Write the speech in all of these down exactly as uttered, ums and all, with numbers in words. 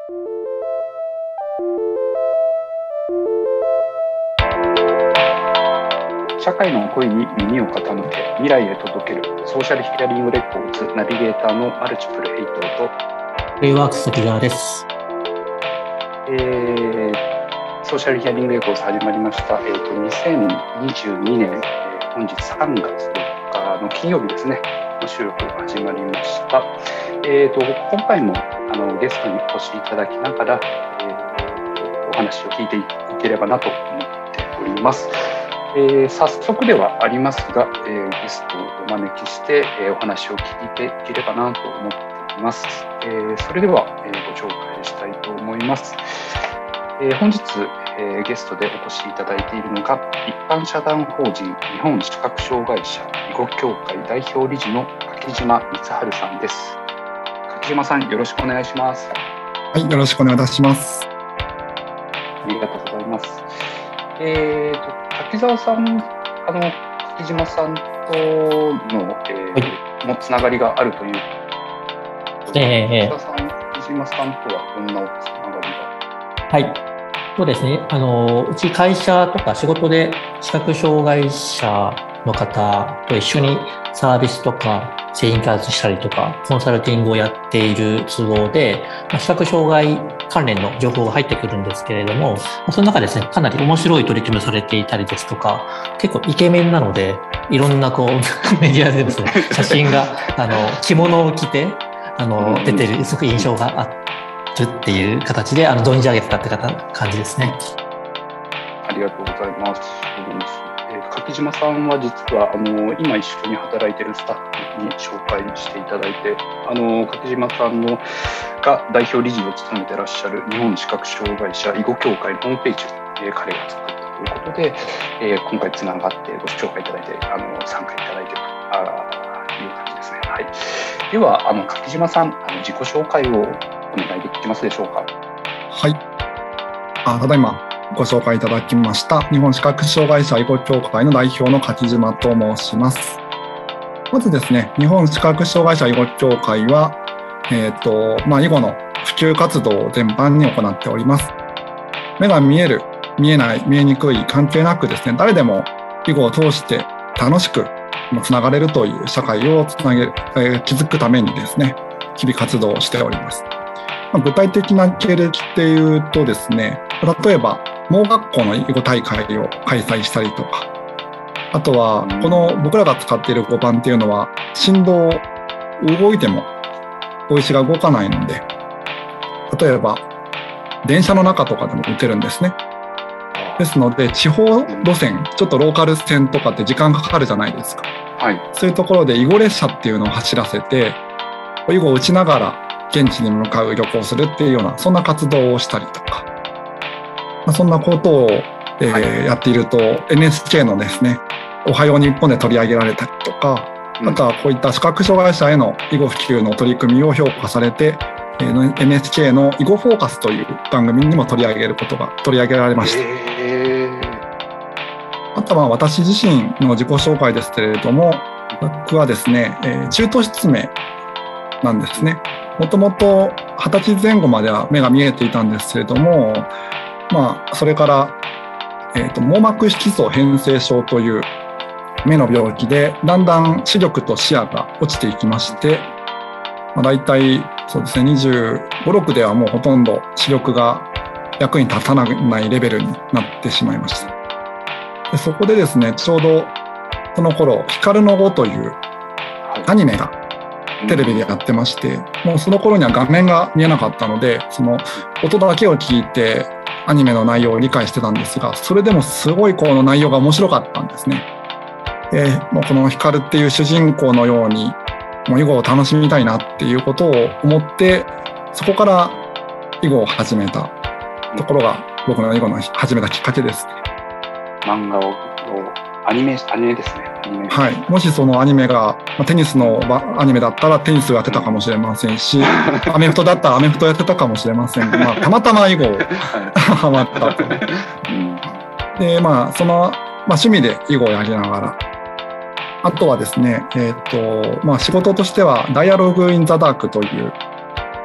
社会の声に耳を傾け、未来へ届けるソーシャルヒアリングレコーズナビゲーターのマルチプルエイトとプレイワークス関川です。 えー、ソーシャルヒアリングレコーズ始まりました。えーと、にせんにじゅうにねん、えー、本日さんがつよっかの金曜日ですね、の収録が始まりました。えーと、今回もあのゲストにお越しいただきながら、えー、お話を聞いていければなと思っております。えー、早速ではありますが、えー、ゲストをお招きして、えー、お話を聞いていければなと思っています。えー、それでは、えー、ご紹介したいと思います。えー、本日、えー、ゲストでお越しいただいているのが一般社団法人日本視覚障害者囲碁協会代表理事の柿島光晴さんです。柿島さん、よろしくお願いします。 はい、よろしくお願いいたします。 ありがとうございます。えーと柿沢さん、あの柿島さんとの、えーはい、もつながりがあるという、 えー、 柿沢さん、柿島さんとはどんなおつながりが？ はい、そうですね。あのうち会社とか仕事で視覚障害者の方と一緒にサービスとか製品開発したりとかコンサルティングをやっている都合で、まあ、視覚障害関連の情報が入ってくるんですけれども、まあ、その中ですね、かなり面白い取り組みをされていたりですとか、結構イケメンなのでいろんなこうメディアでですね、写真があの着物を着てあの出てるすごく印象があるっていう形であの存じ上げてたって感じですね。 ありがとうございます。柿島さんは実はあの今一緒に働いているスタッフに紹介していただいて、あの柿島さんのが代表理事を務めていらっしゃる日本視覚障害者囲碁協会のホームページを、えー、彼が作ったということで、えー、今回つながってご紹介いただいてあの参加いただいているという感じですね。はい、ではあの柿島さん、あの自己紹介をお願いできますでしょうか？ はい、あただいまご紹介いただきました日本視覚障害者囲碁協会の代表の柿島と申します。まずですね、日本視覚障害者囲碁協会は、えーとまあ、囲碁の普及活動を全般に行っております。目が見える、見えない、見えにくい関係なくですね、誰でも囲碁を通して楽しくつながれるという社会をつなげ、えー、築くためにですね、日々活動をしております。まあ、具体的な経歴っていうとですね、例えば盲学校の囲碁大会を開催したりとか、あとはこの僕らが使っている碁盤っていうのは振動、動いても碁石が動かないので、例えば電車の中とかでも打てるんですね。ですので地方路線、ちょっとローカル線とかって時間かかるじゃないですか。 はい、そういうところで囲碁列車っていうのを走らせて囲碁を打ちながら現地に向かう旅行をするっていうような、そんな活動をしたりとか、まあ、そんなことを、えーはい、やっていると エヌエスケー のですね、おはよう日本で取り上げられたりとか、あとはこういった視覚障害者への囲碁普及の取り組みを評価されて、えー、エヌエスケー の囲碁フォーカスという番組にも取り上げることが取り上げられました。 えー、 あとは私自身の自己紹介ですけれども、僕はですね、えー、中途失明なんですね。もともとはたちぜん後までは目が見えていたんですけれども、まあ、それから、えーと、網膜色素変性症という目の病気でだんだん視力と視野が落ちていきまして、まあ、大体そうですね、にじゅうご、ろくではもうほとんど視力が役に立たないレベルになってしまいました。でそこでですね、ちょうどその頃光の碁というアニメがテレビでやってまして、もうその頃には画面が見えなかったので、その音だけを聞いてアニメの内容を理解してたんですが、それでもすごいこの内容が面白かったんですね。でもうこの光っていう主人公のようにもう囲碁を楽しみたいなっていうことを思って、そこから囲碁を始めたところが僕の囲碁の始めたきっかけです。 漫画をアニメアニメですね。アニメはい、もしそのアニメがテニスのアニメだったらテニスをやってたかもしれませんし、アメフトだったらアメフトやってたかもしれませんが、まあ、たまたま囲碁をハマったと。で、まあその、まあ、趣味で囲碁をやりながら、あとはですね、えーとまあ、仕事としてはダイアログインザダークという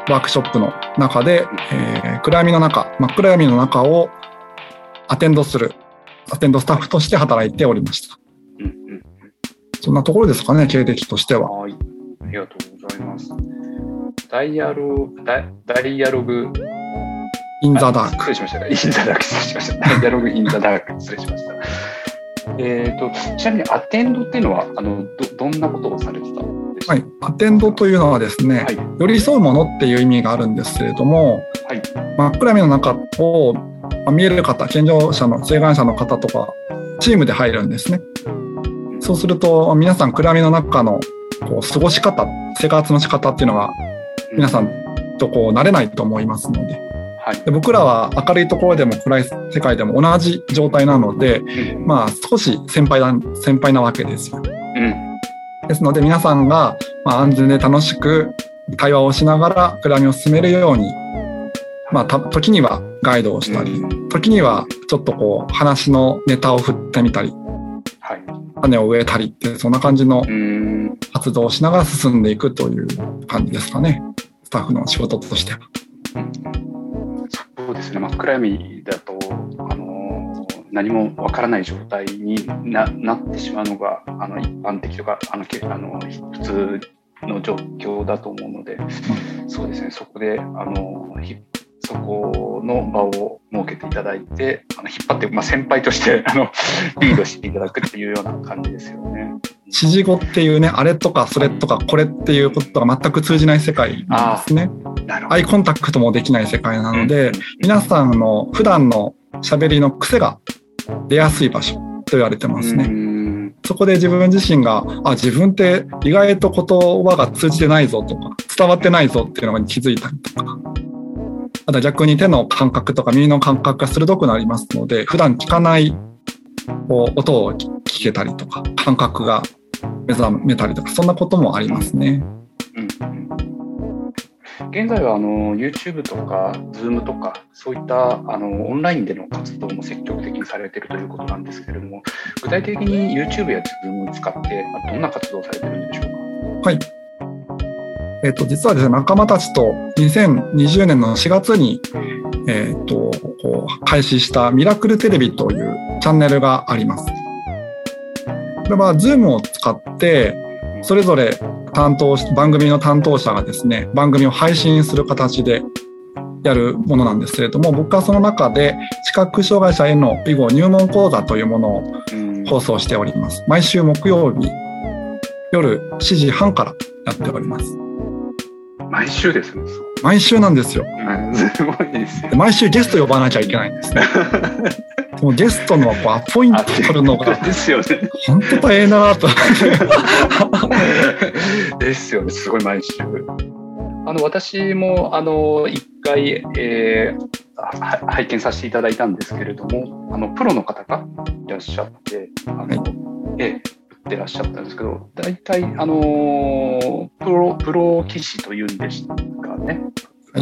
ワークショップの中で、えー、暗闇の中、真っ暗闇の中をアテンドする、アテンドスタッフとして働いておりました。うんうん、そんなところですかね、経歴としては。 はい、ありがとうございます。ダイアログ、ダイ、ダイアログ、 インザダーク。 失礼しました。インザダーク、失礼しました。ダイアログインザダーク、失礼しました。えっと、ちなみにアテンドっていうのは、あの、ど、どんなことをされてたんですか？ はい、アテンドというのはですね、はい、寄り添うものっていう意味があるんですけれども、はい、真っ暗闇の中を見える方、健常者の、晴眼者の方とか、チームで入るんですね。そうすると、皆さん暗闇の中のこう過ごし方、生活の仕方っていうのが、皆さんとこう慣れないと思いますので、はい、で僕らは明るいところでも暗い世界でも同じ状態なので、うん、まあ少し先輩だ、先輩なわけですよ。うん、ですので皆さんがまあ安全で楽しく対話をしながら暗闇を進めるように、まあた時にはガイドをしたり、うん、時にはちょっとこう話のネタを振ってみたり、はい、種を植えたりってそんな感じの活動をしながら進んでいくという感じですかね。スタッフの仕事としては。 そうですね、真っ暗闇だと、あのー、何もわからない状態に な, なってしまうのがあの一般的とかあのあの普通の状況だと思うので、うん、そうですね、そこであのそこの場を設けていただいて、あの引っ張って、まあ、先輩としてあのリードしていただくっていうような感じですよね。 指示語っていうね、あれとかそれとかこれっていうことが全く通じない世界なんですね。アイコンタクトもできない世界なので、うん、皆さんの普段の喋りの癖が出やすい場所と言われてますね。うん、そこで自分自身が、あ、自分って意外と言葉が通じてないぞとか、伝わってないぞっていうのが気づいたりとか、また逆に手の感覚とか耳の感覚が鋭くなりますので、普段聞かないこう音を聞けたりとか、感覚が目覚めたりとか、そんなこともありますね。うんうん、現在はあの YouTube とか Zoom とかそういったあのオンラインでの活動も積極的にされているということなんですけれども、具体的に YouTube や Zoom を使ってどんな活動をされているんでしょうか？ はい。えっと、実はですね、仲間たちとにせんにじゅうねんのしがつに、えっと、こう開始したミラクルテレビというチャンネルがあります。これは Zoom を使って、それぞれ担当し、番組の担当者がですね、番組を配信する形でやるものなんですけれども、僕はその中で視覚障害者への囲碁入門講座というものを放送しております。毎週木曜日夜しちじはんからやっております。 毎週ですね。 毎週なんですよ。 すごいですよ。 毎週ゲスト呼ばなきゃいけないんですね。もうゲストのこうアポイント取るのがですよね。 本当大変だなと。 ですよね。すごい毎週。あの私もあの一回、えー、拝見させていただいたんですけれども、あのプロの方がいらっしゃって、あの、はい、えーってらっしゃったんですけど、大体あのー、プロプロ棋士というんでしたかね、はい、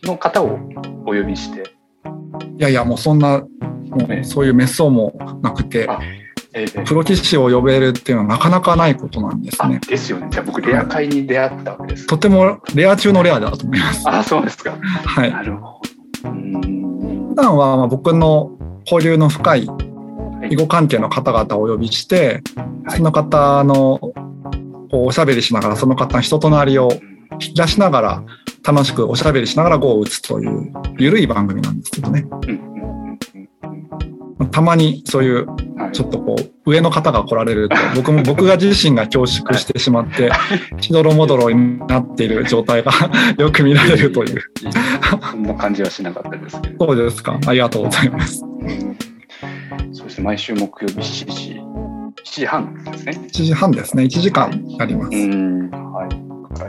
の方をお呼びして、 いやいやもうそんなもうそういう滅相もなくて、えー、プロ棋士を呼べるっていうのはなかなかないことなんですね。 ですよね。じゃあ僕レア会に出会ったわけです。 とてもレア中のレアだと思います。 あ、そうですか。 はい。 なるほど。うーん、普段はまあ僕の交流の深い囲碁関係の方々をお呼びして、はい、その方のこうおしゃべりしながら、その方の人となりを引き出しながら楽しくおしゃべりしながら碁を打つという緩い番組なんですけどね、うん、たまにそういうちょっとこう上の方が来られると、僕も僕が自身が恐縮してしまってしどろもどろになっている状態がよく見られるという。 そんな感じはしなかったですけど。 そうですか。ありがとうございます。 そうですね、毎週木曜日しちじ、しちじはんですね。 しちじはんですね。いちじかんやります。うん、 はい。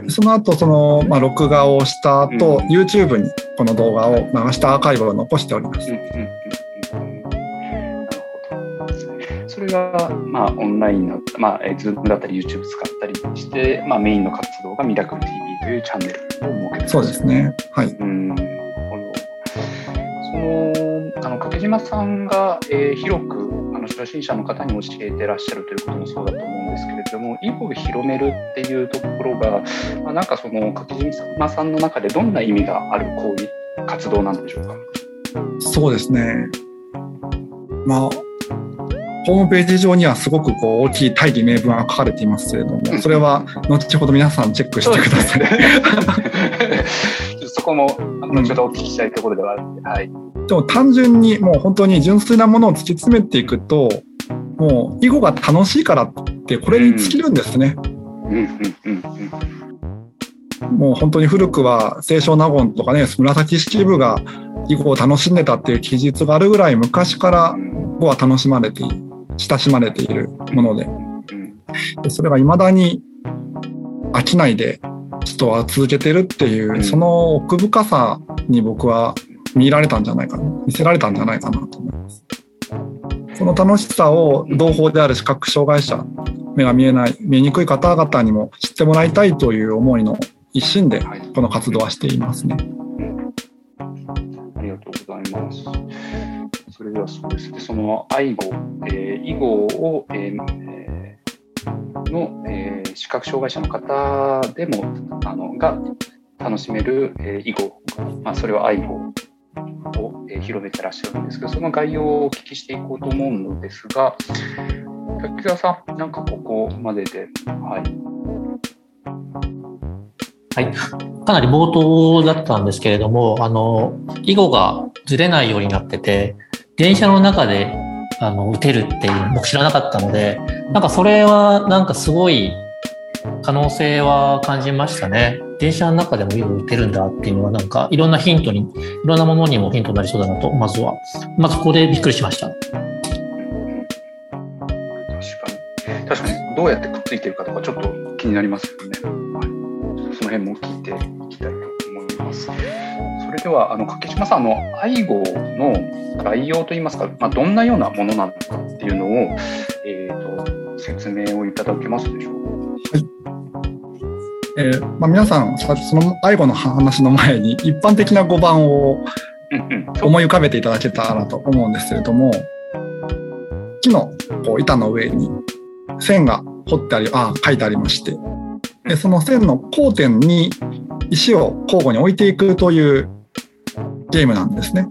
その後、その、まあ、録画をした後、うん、YouTube にこの動画を流したアーカイブを残しております。うんうんうん、なるほど。それが、まあ、オンラインの、まあ、Zoom だったり YouTube 使ったりして、まあ、メインの活動がミラクル ティービー というチャンネルを設けてます。 そうですね。はい。うん、 そのあの掛島さんが、えー、広くあの初心者の方に教えてらっしゃるということもそうだと思うんですけれども、 囲碁を広めるっていうところが、まあ、なんかその柿島さんの中でどんな意味がある行為活動なんでしょうか。 そうですね。まあホームページ上にはすごくこう大きい大義名分が書かれていますけれども、それは後ほど皆さんチェックしてください。 そこも後ほどお聞きしたいところではあるので、はい。 でも単純にもう本当に純粋なものを突き詰めていくと、もう囲碁が楽しいからってこれに尽きるんですね。もう本当に古くは清少納言とかね、紫式部が囲碁を楽しんでたっていう記述があるぐらい昔から碁は楽しまれている、親しまれているもので、でそれが未だに飽きないで人は続けてるっていう、その奥深さに僕は見られたんじゃないかな、見せられたんじゃないかなと思います。その楽しさを同胞である視覚障害者、目が見えない、見えにくい方々にも知ってもらいたいという思いの一心でこの活動はしていますね。 ありがとうございます。それではそうですね、その愛碁、えー、囲碁を、えー、の、えー、視覚障害者の方でもあのが楽しめる、えー、囲碁、まあ、それは愛碁を、えー、広めてらっしゃるんですけど、その概要をお聞きしていこうと思うのですが、滝沢さん、なんかここまでで、はい。 はい、かなり冒頭だったんですけれども、あの囲碁がずれないようになってて、電車の中であの打てるっていう僕知らなかったので、なんかそれはなんかすごい可能性は感じましたね。電車の中でも囲碁打てるんだっていうのは、なんかいろんなヒントに、いろんなものにもヒントになりそうだなと、まずはまずここでびっくりしました。 確かに確かにどうやってくっついてるかとかちょっと気になりますよね。はい、その辺も聞いていきたいと思います。それではあの柿島さんの愛碁の概要といいますか、まあ、どんなようなものなのかっていうのを、えー、と説明をいただけますでしょうか。はい。 えーまあ、皆さんその愛碁の話の前に一般的な碁盤を思い浮かべていただけたらと思うんですけれども、木のこう板の上に線が彫ってあり、あ、書いてありまして、でその線の交点に石を交互に置いていくというゲームなんですね。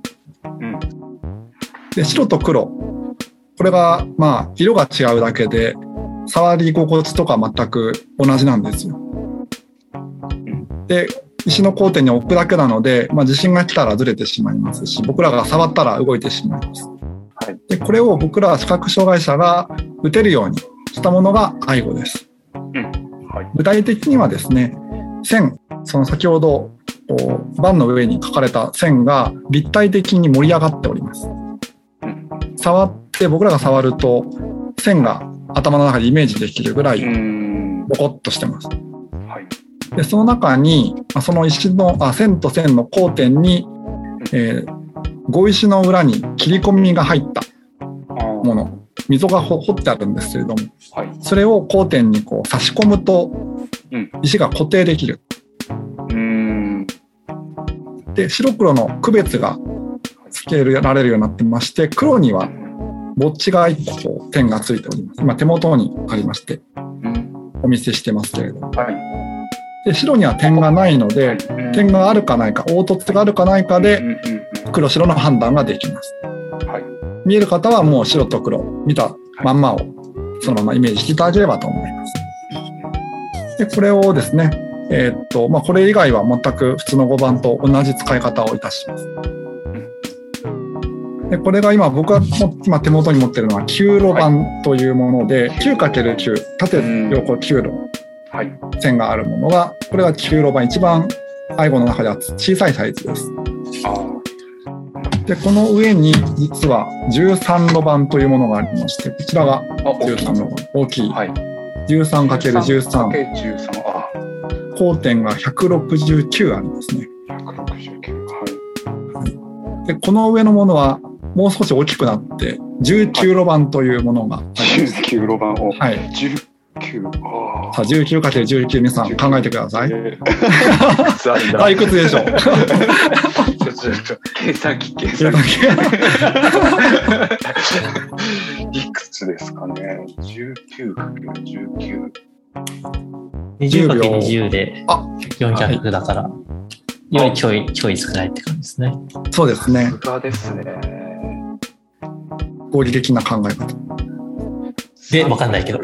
で白と黒、これがまあ色が違うだけで触り心地とか全く同じなんですよ。で石の交点に置くだけなので、まあ、地震が来たらずれてしまいますし、僕らが触ったら動いてしまいます。でこれを僕ら視覚障害者が打てるようにしたものが愛碁です。はい、具体的にはですね、線、その先ほど盤の上に書かれた線が立体的に盛り上がっております。触って僕らが触ると線が頭の中でイメージできるぐらいボコッとしてます。はい、でその中にその石のあ線と線の交点に、えー、碁石の裏に切り込みが入ったもの、溝が掘ってあるんですけれども、はい、それを交点にこう差し込むと石が固定できる。うん、で白黒の区別がつけられるようになってまして、黒にはぼっちがいっこ点がついております。今手元にありましてお見せしてますけれども、はい、で白には点がないので、点があるかないか、凹凸があるかないかで黒白の判断ができます。はい、見える方はもう白と黒見たまんまをそのままイメージしていただければと思います。でこれをですね、えーっとまあ、これ以外は全く普通の碁盤と同じ使い方をいたします。でこれが今僕が今手元に持っているのはきゅう路盤というもので、はい、きゅうかけるきゅう 縦横きゅう路、はい、線があるものが、これがきゅう路盤、一番愛碁の中では小さいサイズです。でこの上に実はじゅうさん路盤というものがありまして、こちらがじゅうさん路盤、大きい、はい、じゅうさんかけるじゅうさん、交点がひゃくろくじゅうきゅうありますね。ひゃくろくじゅうきゅう、はい、でこの上のものはもう少し大きくなってじゅうきゅう路盤というものがあります。 じゅうきゅう路盤を、はい、じゅうきゅう、 あさあ じゅうきゅうかけるじゅうきゅう、皆さん考えてください。あ、いくつでしょう。 計算機計算機いくつですかね。 じゅうきゅうかけるじゅうきゅうにじゅうかけるにじゅう でよんひゃくだから、はい、よりちょい、ちょい少ないって感じですね。 そうですね。 さすがですね。 合理的な考え方。 で、わかんないけど。よ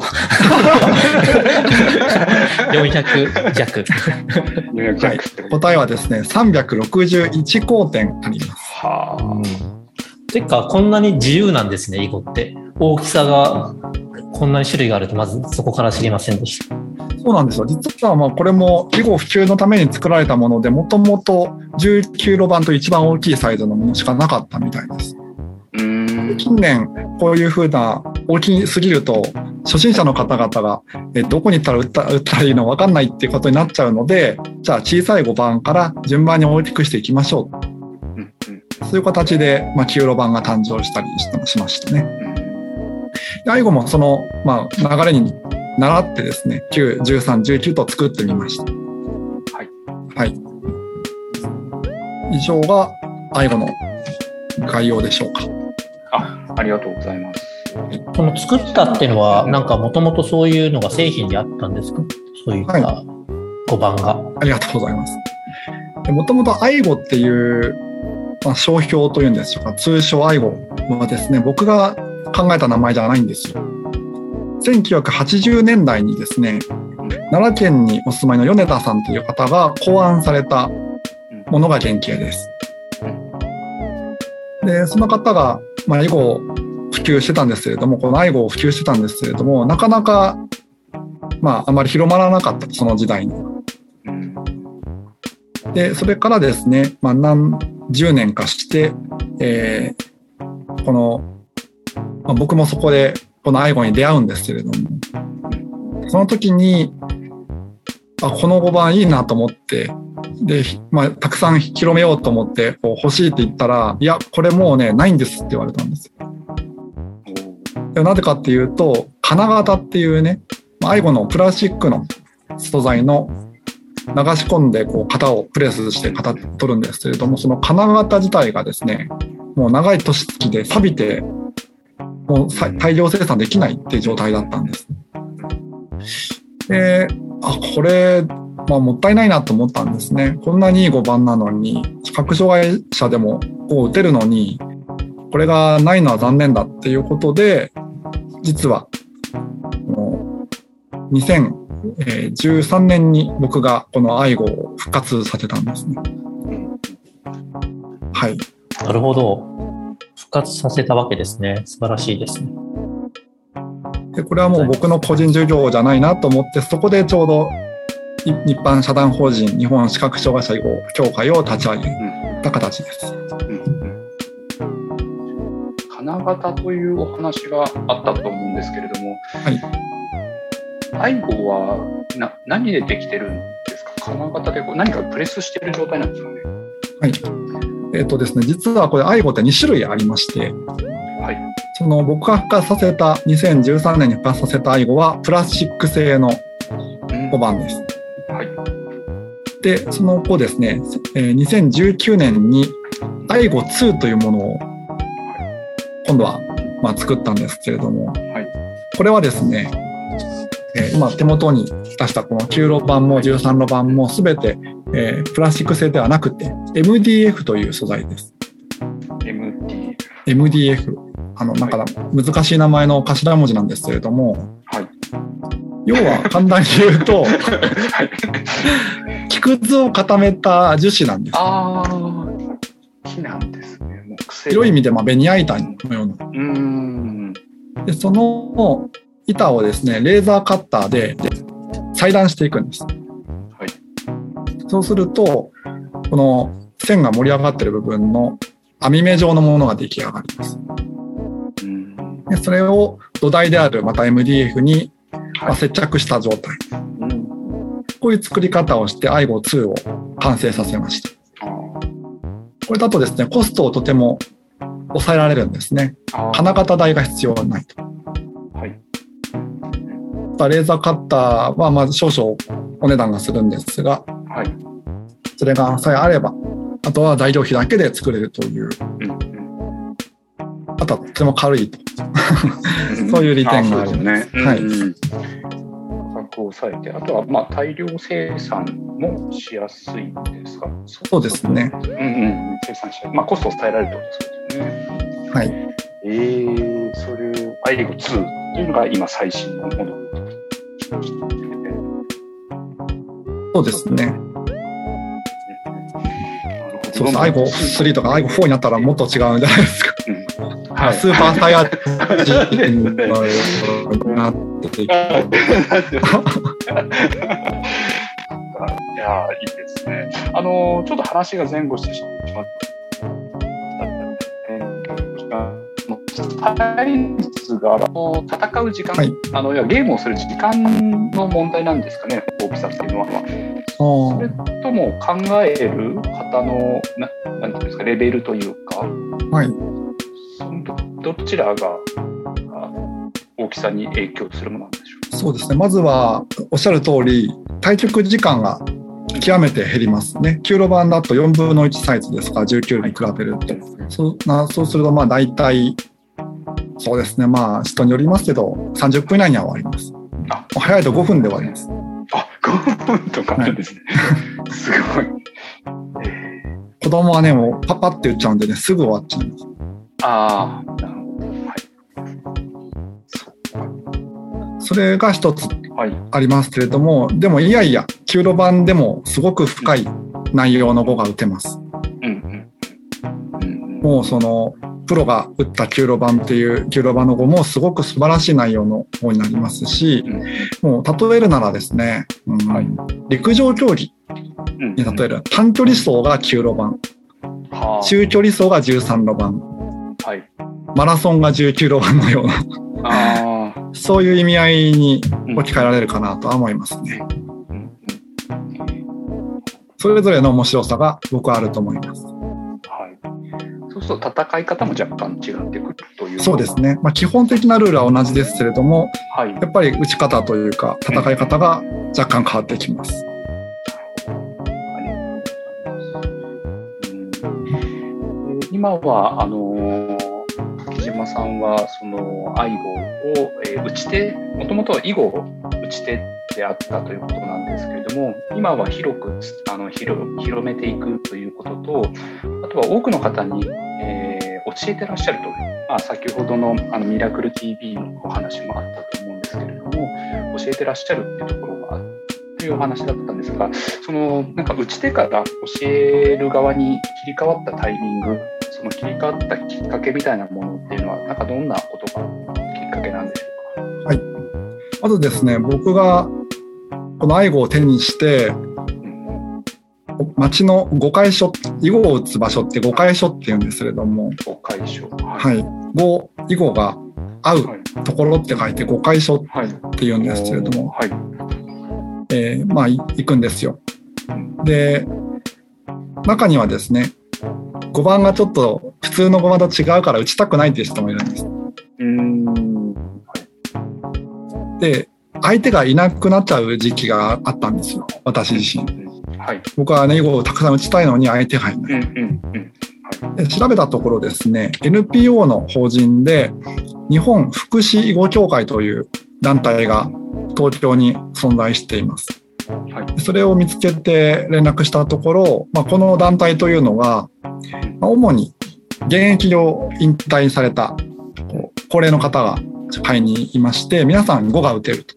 んひゃくじゃく。 はい、答えはですね、さんびゃくろくじゅういちこうてんあります。 はあ。 てか、こんなに自由なんですね、囲碁って。大きさがこんなに種類があると、まずそこから知りませんでした。 そうなんですよ。実はまあこれも囲碁普及のために作られたもので、もともとじゅうきゅうろばんと一番大きいサイズのものしかなかったみたいです。 うーん、 近年こういう風な大きすぎると初心者の方々がえどこに行ったら打った打ったらいいの分かんないっていうことになっちゃうので、じゃあ小さい碁盤から順番に大きくしていきましょう、うんうん、そういう形で、まあ、きゅうろばんが誕生したりしましたね。囲碁もその、まあ、流れに習ってですね、きゅう、じゅうさん、じゅうきゅうと作ってみました。はい。はい。以上が囲碁の概要でしょうか。 あ、ありがとうございます。 この作ったっていうのは、なんかもともとそういうのが製品であったんですか？そういった碁盤が、はい。 ありがとうございます。もともと囲碁っていう、まあ、商標というんでしょうか、通称囲碁はですね、僕が考えた名前じゃないんですよ。せんきゅうひゃくはちじゅうねんだいにですね、奈良県にお住まいの米田さんという方が考案されたものが原型です。で、その方が、まあ、囲碁を普及してたんですけれども、この囲碁を普及してたんですけれども、なかなか、まあ、あまり広まらなかった、その時代に。で、それからですね、まあ、何十年かして、えー、この、まあ、僕もそこでこの囲碁に出会うんですけれども、その時に、あ、この碁盤いいなと思って、で、まあ、たくさん広めようと思ってこう欲しいって言ったら、いや、これもうね、ないんですって言われたんですよ。でなぜかっていうと、金型っていうね、囲碁のプラスチックの素材の流し込んでこう型をプレスして型取るんですけれども、その金型自体がですね、もう長い年月で錆びて、もう大量生産できないっていう状態だったんです。で、あ、これ、まあ、もったいないなと思ったんですね。こんなにいい碁盤なのに、視覚障害者でもこう打てるのに、これがないのは残念だっていうことで、実はにせんじゅうさんねんに僕がこの囲碁を復活させたんですね。はい。 なるほど。復活させたわけですね。素晴らしいですね。 で、これはもう僕の個人事業じゃないなと思って、そこでちょうど一般社団法人日本視覚障害者囲碁協会を立ち上げた形です。うんうんうん、金型というお話があったと思うんですけれども、はい、囲碁はな何でできてるんですか？金型でこう何かプレスしてる状態なんですかね？ はい。えっとですね、実はこれ囲碁ってに種類ありまして、はい、その僕が復活させたにせんじゅうさんねんに復活させた囲碁はプラスチック製の碁盤です。うん、はい。で、その後ですね、にせんじゅうきゅうねんに囲碁ツーというものを今度はまあ作ったんですけれども、はい、これはですね、えー、今手元に出したこのきゅうろばんもじゅうさんろばんもすべて、えー、プラスチック製ではなくて エムディーエフ という素材です。 エムディーエフ。 エムディーエフ。あの、なんか難しい名前の頭文字なんですけれども、はい、要は簡単に言うと、はい、木くずを固めた樹脂なんです。 ああ、木なんですね。もう癖広い意味でまあベニヤ板のような。うーん。で、その板をですね、レーザーカッターで裁断していくんです。はい。そうすると、この線が盛り上がっている部分の網目状のものが出来上がります。でそれを土台であるまた エムディーエフ に、まあ、接着した状態、はい、こういう作り方をして囲碁ツーを完成させました。これだとですね、コストをとても抑えられるんですね。金型代が必要ないと。はい、レーザーカッターはまあ少々お値段がするんですが、はい、それがさえあればあとは材料費だけで作れるという、うん、あとはとても軽いとそういう利点があるんです。はい。 こを抑えて、あとはまあ大量生産もしやすいですか？ そうですね。 うんうん、生産しやすい。まあコストを抑えられるということですね。 はい。 えー、それ、アイリゴツーというのが今最新のもの。 そうですね。そうそう、アイゴスリーとかアイゴフォーになったらもっと違うんじゃないですか。うん、はい、スーパーサイヤ人のなっていく。いや、いいですね。あの、ちょっと話が前後してしまった。サイズが戦う時間、はい、あのいやゲームをする時間の問題なんですかね、大きさっていうのは。それとも考える方のななんていうんですか、レベルというか、はい、その ど, どちらが大きさに影響するものなんでしょうか？ そうですね、まずはおっしゃる通り、対局時間が極めて減りますね。きゅう路盤だとよんぶんのいちサイズですから、じゅうきゅうに比べると、はい、そうなそうするとまあ大体そうですね、まあ人によりますけどさんじゅっぷん以内には終わります。あ、早いとごふんで終わります。 あ、ごふんとかなんですね。はい、すごい。 子供はね、もうパパって言っちゃうんでね、すぐ終わっちゃいます。 ああ、なるほど。はい。 そ, それが一つありますけれども、はい、でもいやいやきゅう路盤でもすごく深い内容の碁が打てます。うんうん、もうそのプロが打ったきゅう路盤っていうきゅう路盤の碁もすごく素晴らしい内容の碁になりますし、うん、もう例えるならですね、うんはい、陸上競技に例える短距離走がきゅう路盤、はあ、中距離走がじゅうさん路盤、はい、マラソンがじゅうきゅう路盤のようなあそういう意味合いに置き換えられるかなとは思いますね。うん、それぞれの面白さが僕はあると思います。 そうすると戦い方も若干違ってくるという。 そうですね、まあ、基本的なルールは同じですけれども、はい、やっぱり打ち方というか戦い方が若干変わってきます。 うん、今はあの柿島さんはそのアイゴを、えー、打ち手、もともとは囲碁を打ち手であったということなんですけれども、今は広くあの 広, 広めていくということと、あとは多くの方に、えー、教えてらっしゃると、まあ、先ほど の, あのミラクル ティービー のお話もあったと思うんですけれども、教えてらっしゃるっていうところがあるというお話だったんですが、そのなんか打ち手から教える側に切り替わったタイミング、その切り替わったきっかけみたいなものっていうのは、なんかどんなことがきっかけなんでしょうか？ はい、まずですね、僕がこのアイゴを手にして町の碁会所、囲碁を打つ場所って碁会所っていうんですけれども、 碁会所、 はい、碁、囲碁が合うところって書いて碁会所っていうんですけれども、はいはい、えー、まあ行くんですよ。で、中にはですね、碁盤がちょっと普通の碁盤と違うから打ちたくないっていう人もいるんです。うーん、はい、で、相手がいなくなっちゃう時期があったんですよ、私自身。はい、僕はね、囲碁をたくさん打ちたいのに相手がいない。うんうんうん、で調べたところですね、エヌピーオー の法人で日本福祉囲碁協会という団体が東京に存在しています。はい、それを見つけて連絡したところ、まあ、この団体というのは、まあ、主に現役を引退された高齢の方が会にいまして、皆さん碁が打てると。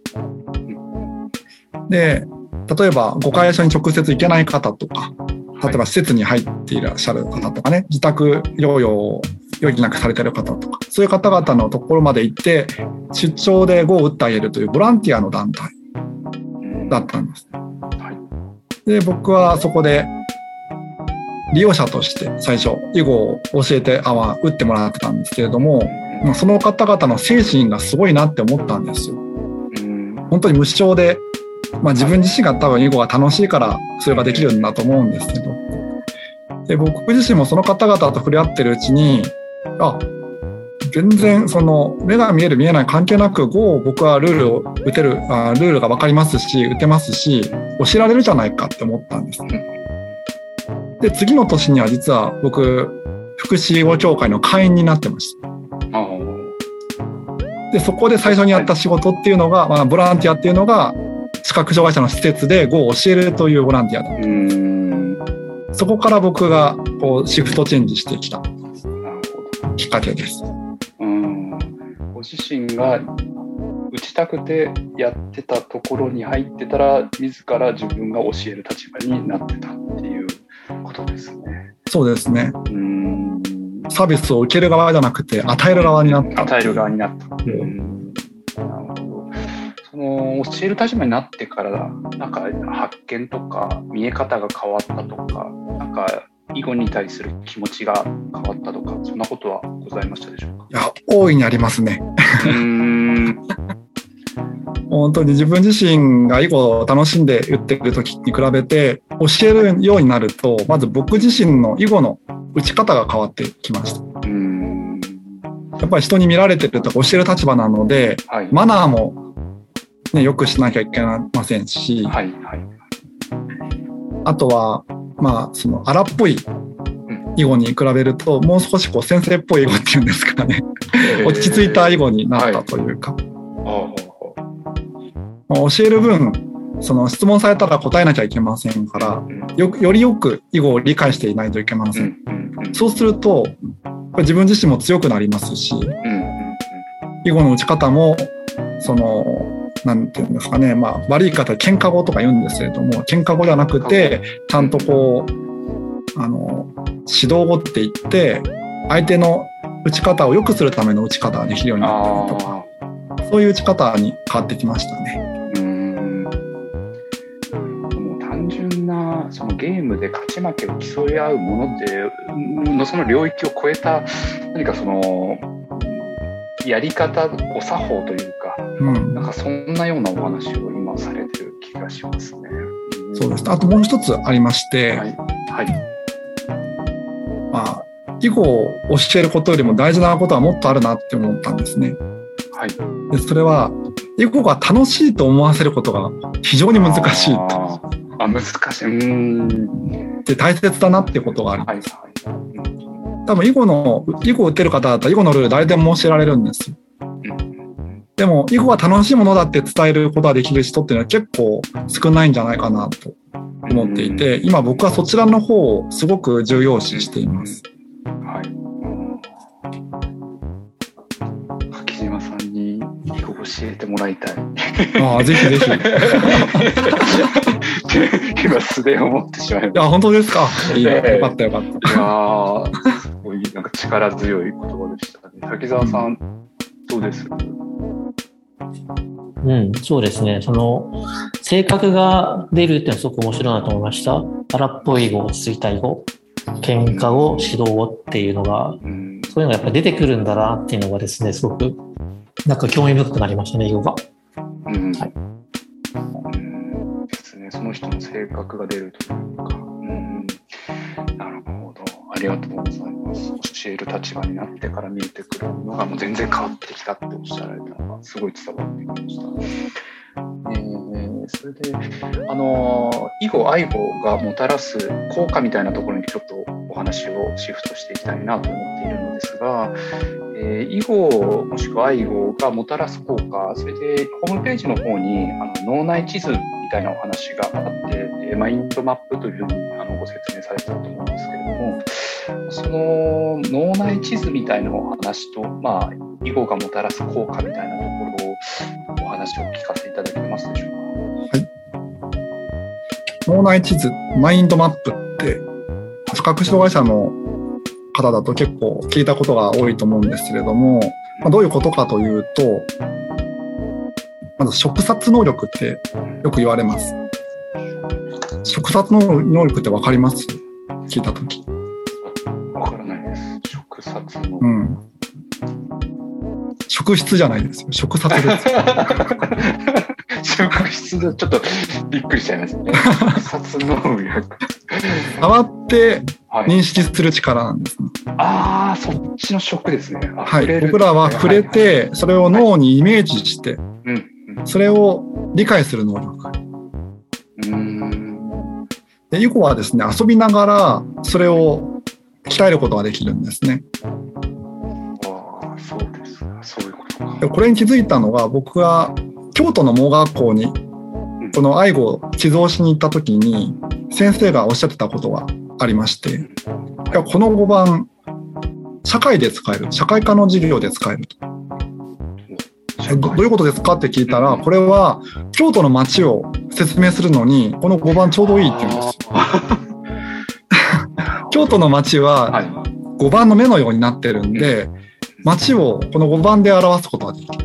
で、例えば碁会所に直接行けない方とか、例えば施設に入っていらっしゃる方とかね、自宅療養を余儀なくされている方とか、そういう方々のところまで行って出張で碁を打ってあげるというボランティアの団体だったんです。で、僕はそこで利用者として最初囲碁を教えてあわ打ってもらってたんですけれども、その方々の精神がすごいなって思ったんですよ。本当に無償で、まあ、自分自身が多分囲碁が楽しいからそれができるんだと思うんですけど、で僕自身もその方々と触れ合ってるうちに、あ、全然その目が見える見えない関係なく碁を僕はルールを打てる、あルールが分かりますし打てますし教えられるじゃないかって思ったんです。で次の年には実は僕福祉囲碁協会の会員になってました。でそこで最初にやった仕事っていうのが、まあ、ボランティアっていうのが視覚障害者の施設で語を教えるというボランティアだった。 うん。 そこから僕がこうシフトチェンジしてきたきっかけです。 うん。ご自身が打ちたくてやってたところに入ってたら、自ら自分が教える立場になってたっていうことですね。 そうですね。 うん。 サービスを受ける側じゃなくて与える側になった。 与える側になった。うん。なるほど。その教える立場になってからなんか発見とか見え方が変わったとか、なんか囲碁に対する気持ちが変わったとか、そんなことはございましたでしょうか？ いや、大いにありますね。うーん本当に自分自身が囲碁を楽しんで打っている時に比べて教えるようになると、まず僕自身の囲碁の打ち方が変わってきました。うーんやっぱり人に見られてるとか教える立場なので、はい、マナーも、ね、よくしなきゃいけませんし、はいはい、あとは、まあ、その荒っぽい囲碁に比べるともう少しこう先生っぽい囲碁っていうんですかね、えー、落ち着いた囲碁になったというか、はいまあ、教える分その質問されたら答えなきゃいけませんから、よ, よりよく囲碁を理解していないといけません。そうすると自分自身も強くなりますし、囲碁の打ち方もそのなんていうんですかね、まあ、悪い方は喧嘩語とか言うんですけれども、喧嘩語じゃなくてちゃんとこうあの指導語って言って相手の打ち方を良くするための打ち方ができるようになったりとか、そういう打ち方に変わってきましたね。うーんもう単純なそのゲームで勝ち負けを競い合うものでのその領域を超えた何かそのやり方お作法というか、うん、なんかそんなようなお話を今されてる気がしますね。 うん、そうです。あともう一つありまして、はいはい、まあ囲碁を教えることよりも大事なことはもっとあるなって思ったんですね。はい、でそれは囲碁が楽しいと思わせることが非常に難しいと。 ああ難しい。うーんで大切だなってことがあります。はいはい、多分囲碁の囲碁を打ってる方だったら囲碁のルール誰でも教えられるんですよ。でも囲碁が楽しいものだって伝えることができる人っていうのは結構少ないんじゃないかなと思っていて、今僕はそちらの方をすごく重要視しています。はい。 柿島さんに囲碁を教えてもらいたい。 ああぜひぜひ。 今素で思ってしまいました。 いや本当ですか。いいよ、よかったよかった。いやすごいなんか力強い言葉でしたね。滝沢さんどうです？ うん、そうですね。その性格が出るっていうのはすごく面白いなと思いました。荒っぽい囲碁、落ち着いた囲碁、喧嘩を指導をっていうのが、うん、そういうのがやっぱり出てくるんだなっていうのがですね、すごくなんか興味深くなりましたね、囲碁が。うんはいうんですね、その人の性格が出るというか、うん、なるほど、ありがとうございます。教える立場になってから見えてくるのがもう全然変わってきたっておっしゃられたのがすごい伝わってきました。えー、それであの囲碁愛碁がもたらす効果みたいなところにちょっとお話をシフトしていきたいなと思っているのですが、えー、囲碁もしくは愛碁がもたらす効果、それでホームページの方にあの脳内地図みたいなお話があって、えー、マインドマップというふうにあのご説明されてたと思うんですけれども、その脳内地図みたいなお話と、まあ、囲碁がもたらす効果みたいなところをお話を聞かせていただけますでしょうか。はい。 脳内地図、マインドマップって視覚障害者の方だと結構聞いたことが多いと思うんですけれども、まあ、どういうことかというと、まず触察能力ってよく言われます。触察能力って分かります？聞いたとき。 わからないです。触察能力。 うん。職質じゃないですよ。触察です。 職質でちょっとびっくりしちゃいますね。触察能力。 触って認識する力なんですね。 はい、ああ、そっちの触ですね。 はい。僕らは触れて、それを脳にイメージして、それを理解する能力。うーん。で、囲碁はですね、遊びながらそれを鍛えることができるんですね。 ああ、そうです。そういうことか。 これに気づいたのが、僕が京都の盲学校にこの愛護を寄贈しに行った時に先生がおっしゃってたことがありまして、いやこのごばん社会で使える、社会科の授業で使えると。ど, どういうことですかって聞いたら、これは京都の街を説明するのにこのごばんちょうどいいって言うんです京都の街はごばんの目のようになってるんで、街をこのごばんで表すことができる。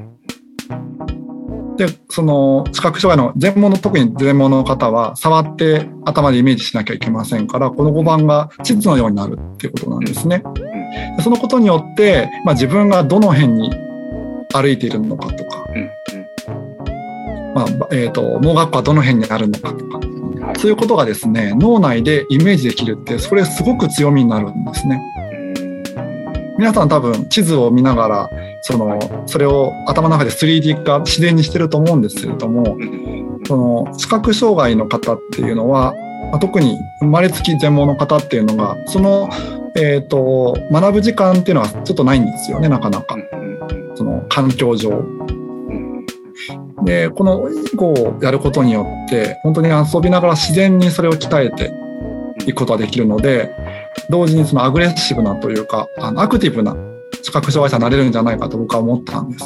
でその視覚障害の全盲の特に全盲の方は触って頭でイメージしなきゃいけませんから、このごばんが地図のようになるっていうことなんですね。でそのことによって、まあ、自分がどの辺に歩いているのかとか、まあえー、と盲学校はどの辺にあるのかとか、そういうことがですね脳内でイメージできるって、それすごく強みになるんですね。皆さん多分地図を見ながらそのそれを頭の中で スリーディー 化自然にしてると思うんですけれども、その視覚障害の方っていうのは、まあ、特に生まれつき全盲の方っていうのがその、えー、と学ぶ時間っていうのはちょっとないんですよね、なかなかその環境上で。この囲碁をやることによって本当に遊びながら自然にそれを鍛えていくことができるので、同時にそのアグレッシブなというかあのアクティブな視覚障害者になれるんじゃないかと僕は思ったんです。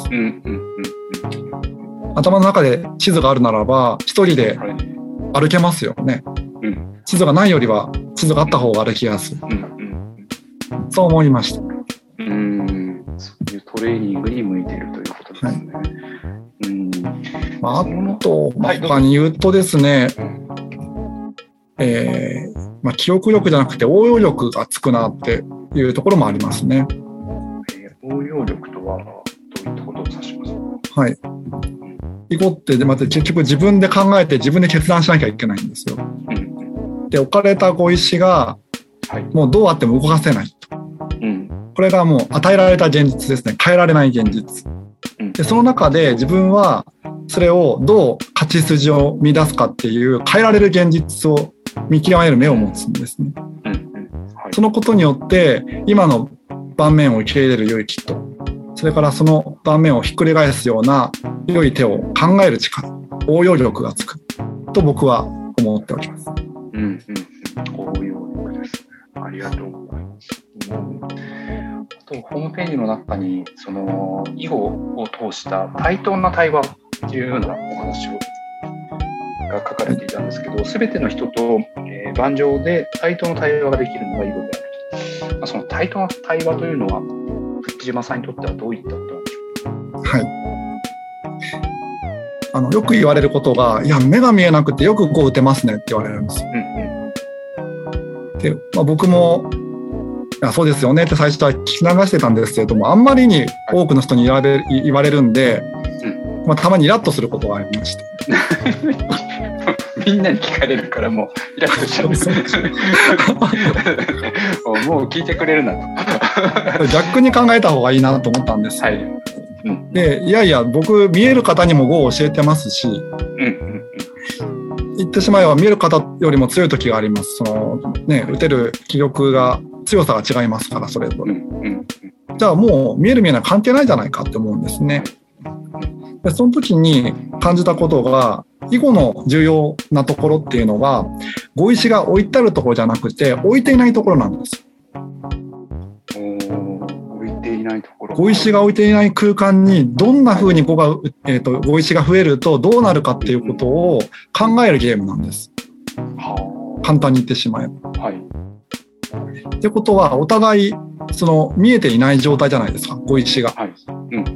頭の中で地図があるならば一人で歩けますよね。地図がないよりは地図があった方が歩きやすい。そう思いました。 うーん、そういうトレーニングに向いているということですね。はい、うんまあ、あと、まあ、他に言うとですね、えーまあ、記憶力じゃなくて応用力がつくなっていうところもありますね。 えー、応用力とはどういったことを指しますか？ はい。囲碁ってまた結局自分で考えて自分で決断しなきゃいけないんですよ。うん、で置かれた碁石がもうどうあっても動かせないと、うん、これがもう与えられた現実ですね。変えられない現実、うん、でその中で自分はそれをどう勝ち筋を見出すかっていう変えられる現実を見極める目を持つんですね。うんはい、そのことによって今の盤面を受け入れる勇気と、それからその盤面をひっくり返すような良い手を考える力、応用力がつくと僕は思っております。 うんうん、応用力ですね。ありがとうございます。うん、あとホームページの中にその囲碁を通した対等な対話というようなお話をが書かれていたんですけど、すべての人と、えー、盤上で対等の対話ができるのが囲碁であると。まあ、その対等な対話というのは藤島さんにとってはどういったことなんでしょうか？ はい。あのよく言われることが、いや目が見えなくてよく碁打てますねって言われるんですよ。うんうん、で、まあ、僕もいやそうですよねって最初は聞き流してたんですけれども、あんまりに多くの人に言われる、言われるんで、うんまあ、たまにイラッとすることがありました。 みんなに聞かれるからもうイラッとしちゃう。もう聞いてくれるなと。 逆に考えた方がいいなと思ったんです。はいうん、でいやいや僕見える方にも碁を教えてますし、うんうんうん、言ってしまえば見える方よりも強い時があります。その、ね、打てる気力が強さが違いますからそれぞれ、うんうんうん、じゃあもう見える見えない関係ないじゃないかって思うんですね。でその時に感じたことが、囲碁の重要なところっていうのは碁石が置いてあるところじゃなくて置いていないところなんです。 置いていないところ、 碁石が置いていない空間にどんな風に碁が、えーと、碁石が増えるとどうなるかっていうことを考えるゲームなんです。簡単に言ってしまえば。はい。ってことはお互いその見えていない状態じゃないですか、碁石が。はい。うんうんうん。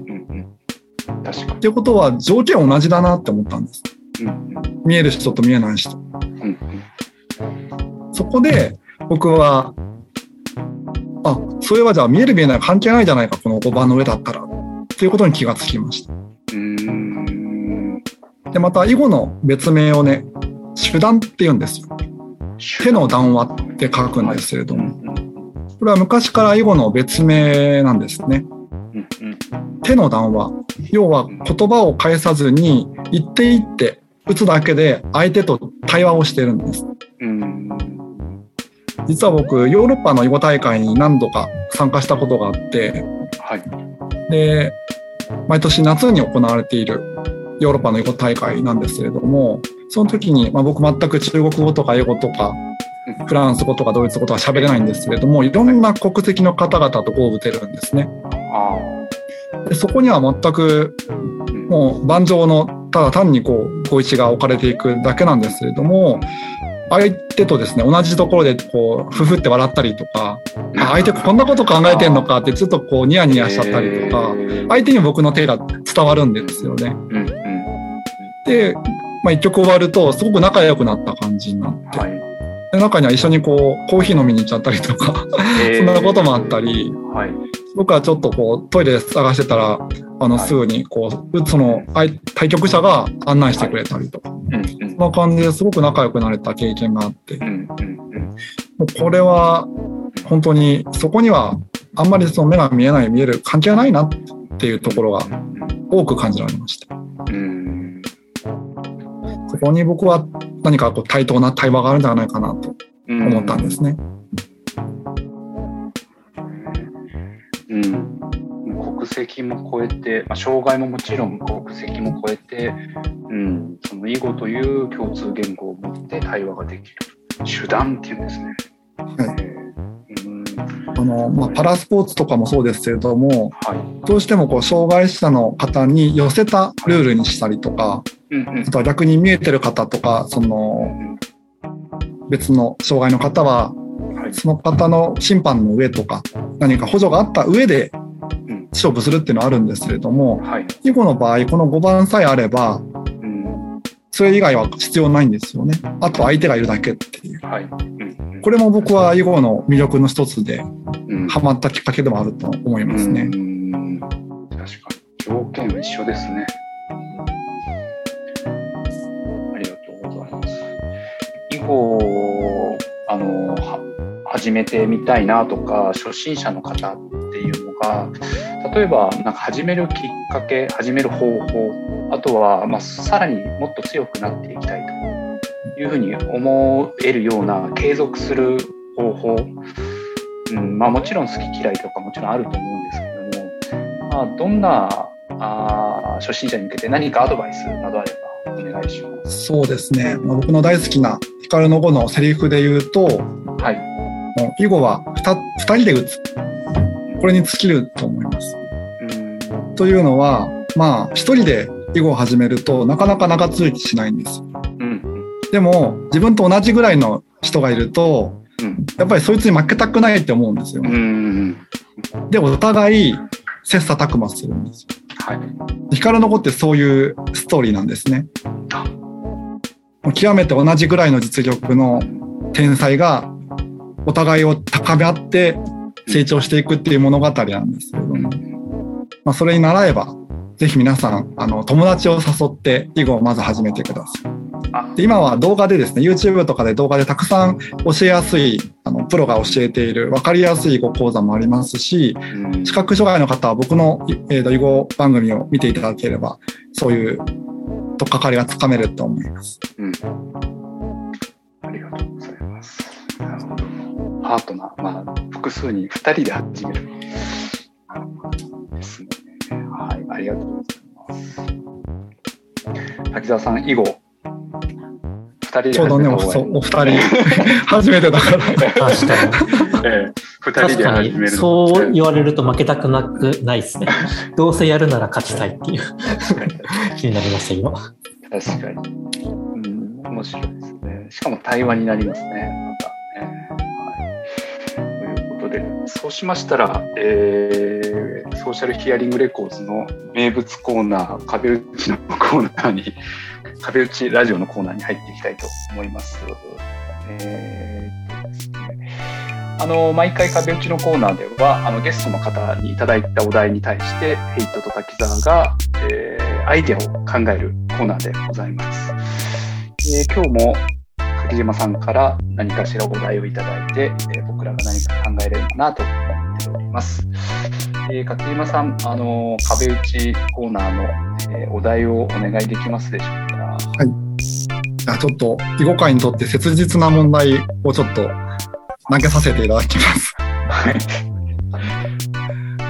確かに。っていうことは条件同じだなって思ったんです。うんうん、見える人と見えない人。うんうん、そこで僕はあ、それはじゃあ見える見えない関係ないじゃないかこの碁盤の上だったらっていうことに気がつきました。うーんでまた囲碁の別名をね手段って言うんですよ。手の談話って書くんですけれども、これは昔から囲碁の別名なんですね。手の談話、要は言葉を返さずに一手一手打つだけで相手と対話をしているんです。うん実は僕ヨーロッパの囲碁大会に何度か参加したことがあって、はい、で毎年夏に行われているヨーロッパの囲碁大会なんですけれども、その時に、まあ、僕全く中国語とか英語とかフランス語とかドイツ語とか喋れないんですけれども、いろんな国籍の方々と碁を打てるんですね。でそこには全くもう盤上のただ単にこう碁石が置かれていくだけなんですけれども、相手とですね同じところでこうふふって笑ったりとか、あ相手こんなこと考えてんのかってちょっとこうニヤニヤしちゃったりとか、相手に僕の手が伝わるんですよね。で、まあ、一局終わるとすごく仲良くなった感じになって、はい、で中には一緒にこうコーヒー飲みに行っちゃったりとかそんなこともあったり、はい、僕はちょっとこうトイレ探してたらあのすぐにこうその対局者が案内してくれたりとか、はい、そんな感じですごく仲良くなれた経験があって、もうこれは本当にそこにはあんまりその目が見えない見える関係がないなっていうところが多く感じられました。うんそこに僕は何かこう対等な対話があるんじゃないかなと思ったんですね。 うん、うん、国籍も超えて、まあ、障害ももちろん国籍も超えて、うん、その囲碁という共通言語を持って対話ができる手段っていうんですね。はいあのまあ、パラスポーツとかもそうですけれども、はい、どうしてもこう障害者の方に寄せたルールにしたりとか、はいうんうん、あとは逆に見えてる方とかその別の障害の方は、はい、その方の審判の上とか何か補助があった上で勝負するっていうのはあるんですけれども、はい、囲碁の場合このごばんさえあれば、うん、それ以外は必要ないんですよね。あと相手がいるだけっていう、はいうんこれも僕は囲碁の魅力の一つで、うん、ハマったきっかけでもあると思いますね。うん確かに条件は一緒ですね。ありがとうございます。囲碁をあの始めてみたいなとか初心者の方っていうのが例えばなんか始めるきっかけ始める方法あとは、まあ、さらにもっと強くなっていきたいというふうに思えるような継続する方法、うんまあ、もちろん好き嫌いとかもちろんあると思うんですけども、まあ、どんなあ初心者に向けて何かアドバイスなどあればお願いします。 そうですね、まあ、僕の大好きなヒカルの碁のセリフで言うと、はい、もう囲碁は 2, 2人で打つこれに尽きると思います。うんというのはまあ一人で囲碁を始めるとなかなか長続きしないんです。でも自分と同じぐらいの人がいると、うん、やっぱりそいつに負けたくないって思うんですよね。うんでお互い切磋琢磨するんですよ。はい、ヒカルの碁ってそういうストーリーなんですね。極めて同じぐらいの実力の天才がお互いを高め合って成長していくっていう物語なんですけれども、まあ、それに習えばぜひ皆さんあの友達を誘って囲碁をまず始めてください。で今は動画でですね YouTube とかで動画でたくさん教えやすいあのプロが教えている分かりやすい囲碁講座もありますし、視覚障害の方は僕の、えー、と囲碁番組を見ていただければそういうとっかかりがつかめると思います、うん、 ありがとうございます。なるほど。パートナー、まあ、複数人ふたりで始めるですね。はい、ありがとうございます。滝沢さん囲碁ふたりでちょうどね、お二人初めてだから確かに、 ええ、ふたりで始めるそう言われると負けたくなくないですね。どうせやるなら勝ちたいっていう気になりました今。 確かに、うん、面白いですね。しかも対話になりますね、またね。はい、ということでそうしましたら、えー、ソーシャルヒアリングレコーズの名物コーナー壁打ちのコーナーに壁打ちラジオのコーナーに入っていきたいと思います。えーですね、あの毎回壁打ちのコーナーではあのゲストの方にいただいたお題に対してヘイトと滝沢が、えー、アイデアを考えるコーナーでございます。えー、今日も柿島さんから何かしらお題をいただいて、えー、僕らが何か考えれるかなと思っております。えー、柿島さん、あの壁打ちコーナーの、えー、お題をお願いできますでしょうか。 はい。じゃあちょっと囲碁界にとって切実な問題をちょっと投げさせていただきます。はい。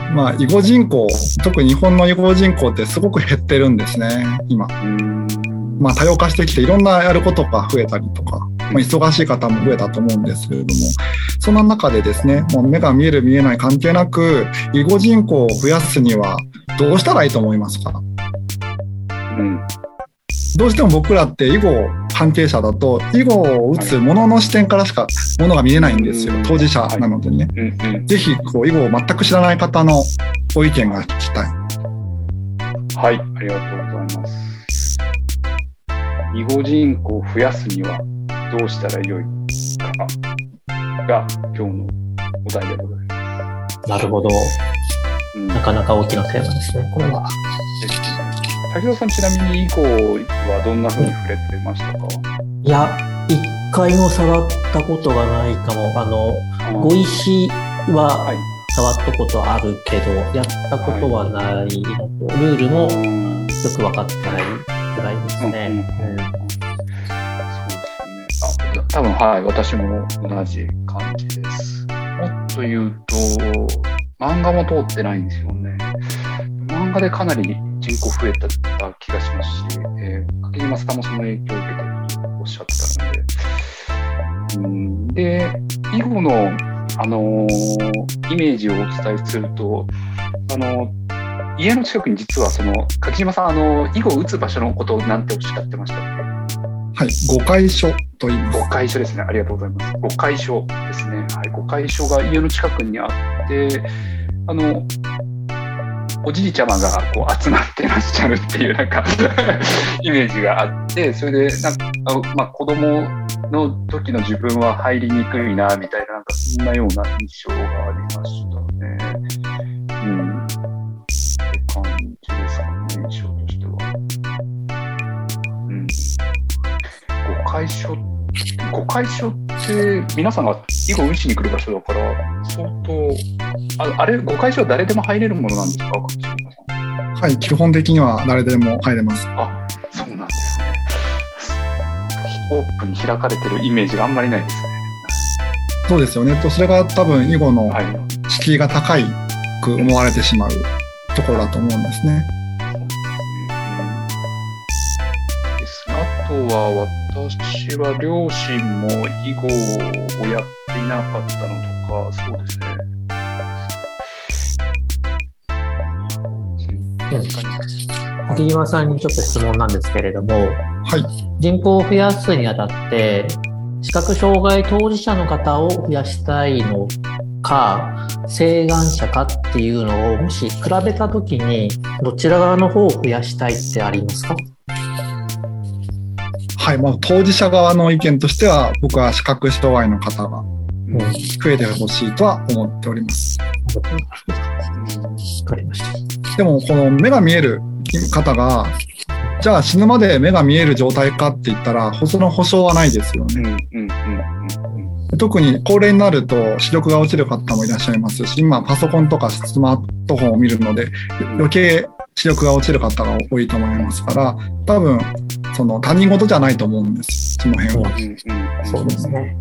まあ、囲碁人口、特に日本の囲碁人口ってすごく減ってるんですね、今。 うんまあ、多様化してきていろんなやることが増えたりとか、まあ、忙しい方も増えたと思うんですけれども、そんな中でですね、もう目が見える見えない関係なく、囲碁人口を増やすにはどうしたらいいと思いますか？ うん、 どうしても僕らって囲碁関係者だと、囲碁を打つものの視点からしかものが見れないんですよ、当事者なのでね。 はいうんうん、 ぜひこう囲碁を全く知らない方のご意見が聞きたい。 はい、ありがとうございます。囲碁人口を増やすにはどうしたらよいかが今日のお題でございます。 なるほど、うん、なかなか大きなテーマですね、これは。 滝沢さん、ちなみに囲碁はどんな風に触れてましたか？ いや、一回も触ったことがないかも。あの、碁石は触ったことあるけど、はい、やったことはないのと、ルールもよく分かってないぐらいですね。そうですね。あ、多分はい、私も同じ感じです。もっと言うと、漫画も通ってないんですよね。漫画でかなり人口増えた気がしますし、えー、柿島さんもその影響を受けているとおっしゃってたので、うん、で、囲碁の、あのー、イメージをお伝えすると、あの家の近くに実はその柿島さん、あの囲碁を打つ場所のことをなんておっしゃってましたっけ？はい、碁会所と言います。 碁会所ですね。ありがとうございます。碁会所ですね。はい、碁会所が家の近くにあって、あのおじいちゃまがこう集まってらっしゃるっていうなんかイメージがあって、それでなんかあ、まあ、子供の時の自分は入りにくいなみたいな、なんかそんなような印象がありましたね。うん。って感じですかね、印象としては。うん。碁会所、碁会所って皆さんが囲碁を打ちに来る場所だから相当。あ, あれ、碁会所は誰でも入れるものなんですか？ はい、基本的には誰でも入れます。 あ、そうなんですね。オープンに開かれてるイメージがあんまりないですね。 そうですよね。それが多分囲碁の敷居が高いく思われてしまうところだと思うんですね。 ですね。あとは私は両親も囲碁をやっていなかったのとか、そうですね。 柿島さんにちょっと質問なんですけれども、 はい、 人口を増やすにあたって視覚障害当事者の方を増やしたいのか晴眼者かっていうのをもし比べたときにどちら側の方を増やしたいってありますか？ はい、まあ、当事者側の意見としては僕は視覚障害の方が増えてほしいとは思っております。 わかりました。 でもこの目が見える方がじゃあ死ぬまで目が見える状態かって言ったらその保証はないですよね。うんうんうんうん、特に高齢になると視力が落ちる方もいらっしゃいますし、今パソコンとかスマートフォンを見るので余計視力が落ちる方が多いと思いますから、多分その他人事じゃないと思うんです、その辺は。うんうんうん、 そうですね。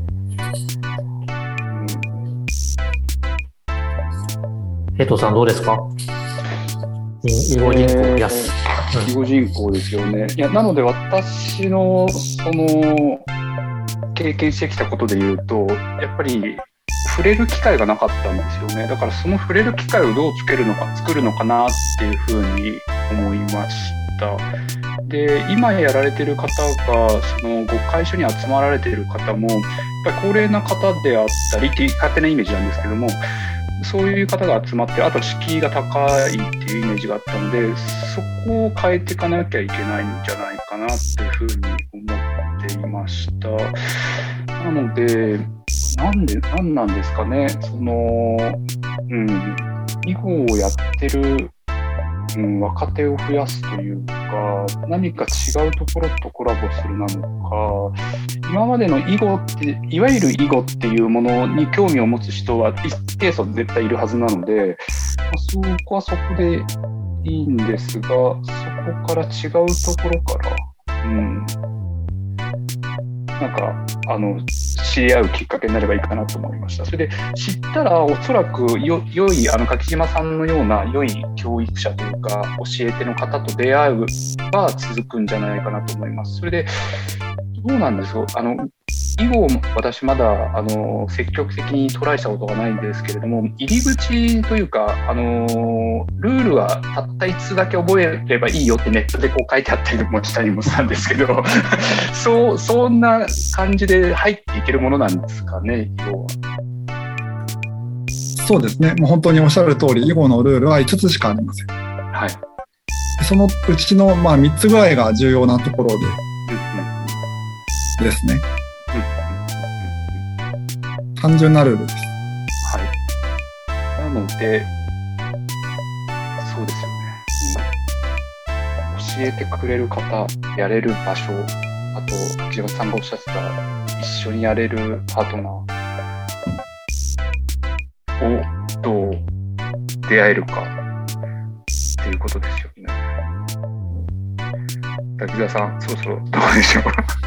江藤さんどうですか？囲碁人口を増やす。 囲碁人口ですよね。いや、なので私のその経験してきたことで言うと、やっぱり触れる機会がなかったんですよね。だからその触れる機会をどうつけるのか作るのかなっていうふうに思いました。で、今やられてる方がその碁会所に集まられている方もやっぱり高齢な方であったりっていう勝手なイメージなんですけども、そういう方が集まって、あと敷居が高いっていうイメージがあったので、そこを変えていかなきゃいけないんじゃないかなっていうふうに思っていました。なので、なんで、なんなんですかね、その、うん、囲碁をやってる、うん、若手を増やすというか、何か違うところとコラボするなのか、今までの囲碁って、いわゆる囲碁っていうものに興味を持つ人は一定数絶対いるはずなので、そこはそこでいいんですが、そこから違うところから、うん、なんかあの知り合うきっかけになればいいかなと思いました。それで知ったらおそらくよ良いあの柿島さんのような良い教育者というか教え手の方と出会うは続くんじゃないかなと思います。それでどうなんですよ、あの囲碁を私まだあの積極的にトライしたことがないんですけれども、入り口というかあのルールはたったいつだけ覚えればいいよってネットでこう書いてあったりもしたりもしたんですけどそうそんな感じで入っていけるものなんですかね、囲碁は。 そうですね、もう本当におっしゃる通り囲碁のルールはいつつしかありません。 はい、 そのうちのまあみっつぐらいが重要なところでですね。単純なルールです。 はい。なので、そうですよね。教えてくれる方、やれる場所、あと、柿島さんがおっしゃってた、一緒にやれるパートナーをどう出会えるかっていうことですよね。滝沢さん、そろそろどうでしょう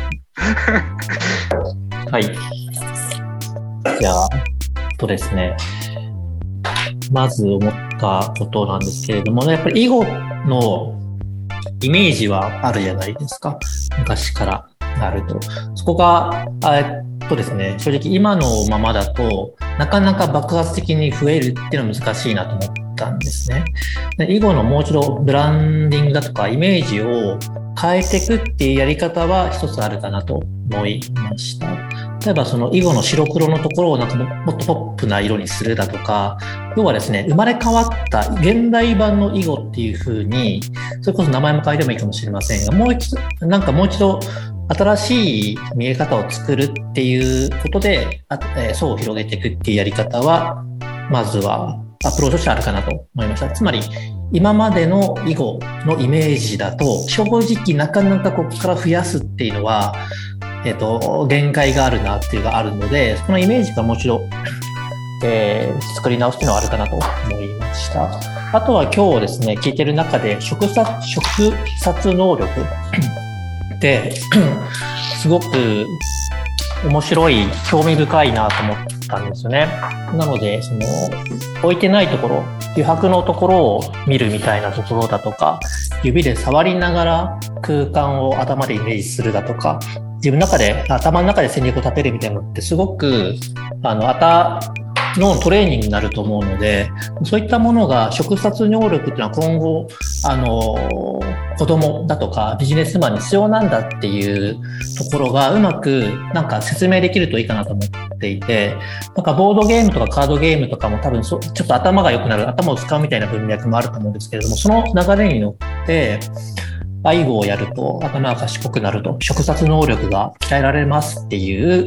はい。じゃあ、とですね、まず思ったことなんですけれども、やっぱり囲碁のイメージはあるじゃないですか。昔からあると。そこが、えっとですね、正直今のままだと、なかなか爆発的に増えるっていうのは難しいなと思ったんですね。で囲碁のもう一度ブランディングだとかイメージを変えていくっていうやり方は一つあるかなと思いました。例えばその囲碁の白黒のところをなんかもっとポップな色にするだとか、要はですね、生まれ変わった現代版の囲碁っていう風に、それこそ名前も変えてもいいかもしれませんが、もう一度、なんかもう一度新しい見え方を作るっていうことで、あえー、層を広げていくっていうやり方は、まずはアプローチとしてあるかなと思いました。つまり、今までの囲碁のイメージだと、正直なかなかここから増やすっていうのは、えっと、限界があるなっていうのがあるので、そのイメージがもう一度、えー、作り直すっていうのはあるかなと思いました。あとは今日ですね、聞いてる中で、触察、触察能力ってすごく面白い、興味深いなと思ったんですよね。なので、その、置いてないところ、余白のところを見るみたいなところだとか、指で触りながら空間を頭でイメージするだとか、自分の中で、頭の中で戦略を立てるみたいなのってすごく、あの、頭のトレーニングになると思うので、そういったものが、触察能力っていうのは今後、あの、子供だとかビジネスマンに必要なんだっていうところがうまくなんか説明できるといいかなと思っていて、なんかボードゲームとかカードゲームとかも多分そちょっと頭が良くなる、頭を使うみたいな文脈もあると思うんですけれども、その流れに乗って、囲碁をやると頭が賢くなると、触察能力が鍛えられますっていう、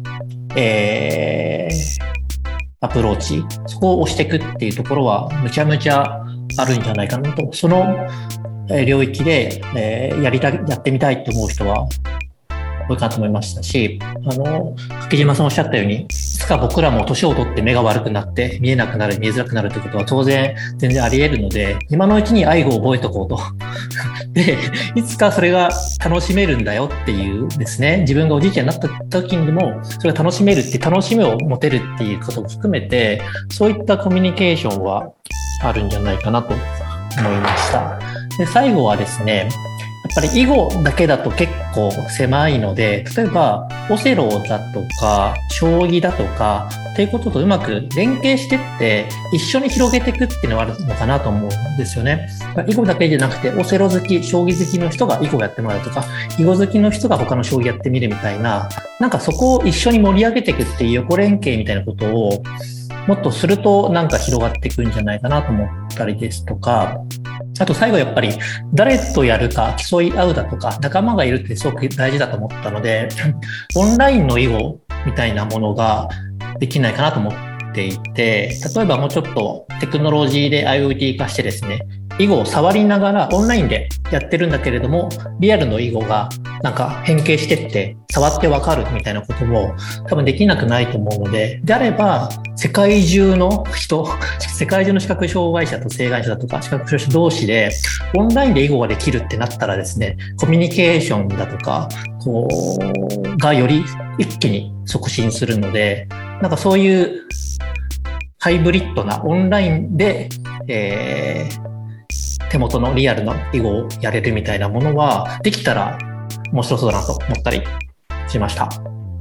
えー、アプローチ、そこを押していくっていうところはむちゃむちゃあるんじゃないかなと。その領域で、えー、やりたい、やってみたいと思う人は多いかなと思いましたし、あの、柿島さんおっしゃったように、いつか僕らも年を取って目が悪くなって見えなくなる、見えづらくなるということは当然全然あり得るので、今のうちに囲碁を覚えとこうと。で、いつかそれが楽しめるんだよっていうですね、自分がおじいちゃんになった時にも、それが楽しめるっていう楽しみを持てるっていうことも含めて、そういったコミュニケーションはあるんじゃないかなと思いました。で、最後はですね、やっぱり囲碁だけだと結構狭いので、例えばオセロだとか将棋だとかっていうこととうまく連携してって一緒に広げていくっていうのがあるのかなと思うんですよね。囲碁だけじゃなくてオセロ好き、将棋好きの人が囲碁やってもらうとか、囲碁好きの人が他の将棋やってみるみたいな、なんかそこを一緒に盛り上げていくっていう横連携みたいなことをもっとするとなんか広がっていくんじゃないかなと思ったりですとか、あと最後やっぱり誰とやるか競い合うだとか仲間がいるってすごく大事だと思ったので、オンラインの囲碁みたいなものができないかなと思っていて、例えばもうちょっとテクノロジーで IoT 化してですね、囲碁を触りながらオンラインでやってるんだけれども、リアルの囲碁がなんか変形してって触ってわかるみたいなことも多分できなくないと思うので、であれば世界中の人、世界中の視覚障害者と性害者だとか視覚障害者同士でオンラインで囲碁ができるってなったらですね、コミュニケーションだとかこうがより一気に促進するので、なんかそういうハイブリッドなオンラインで、えー、手元のリアルな囲碁をやれるみたいなものはできたら面白そうだなと思ったりしました。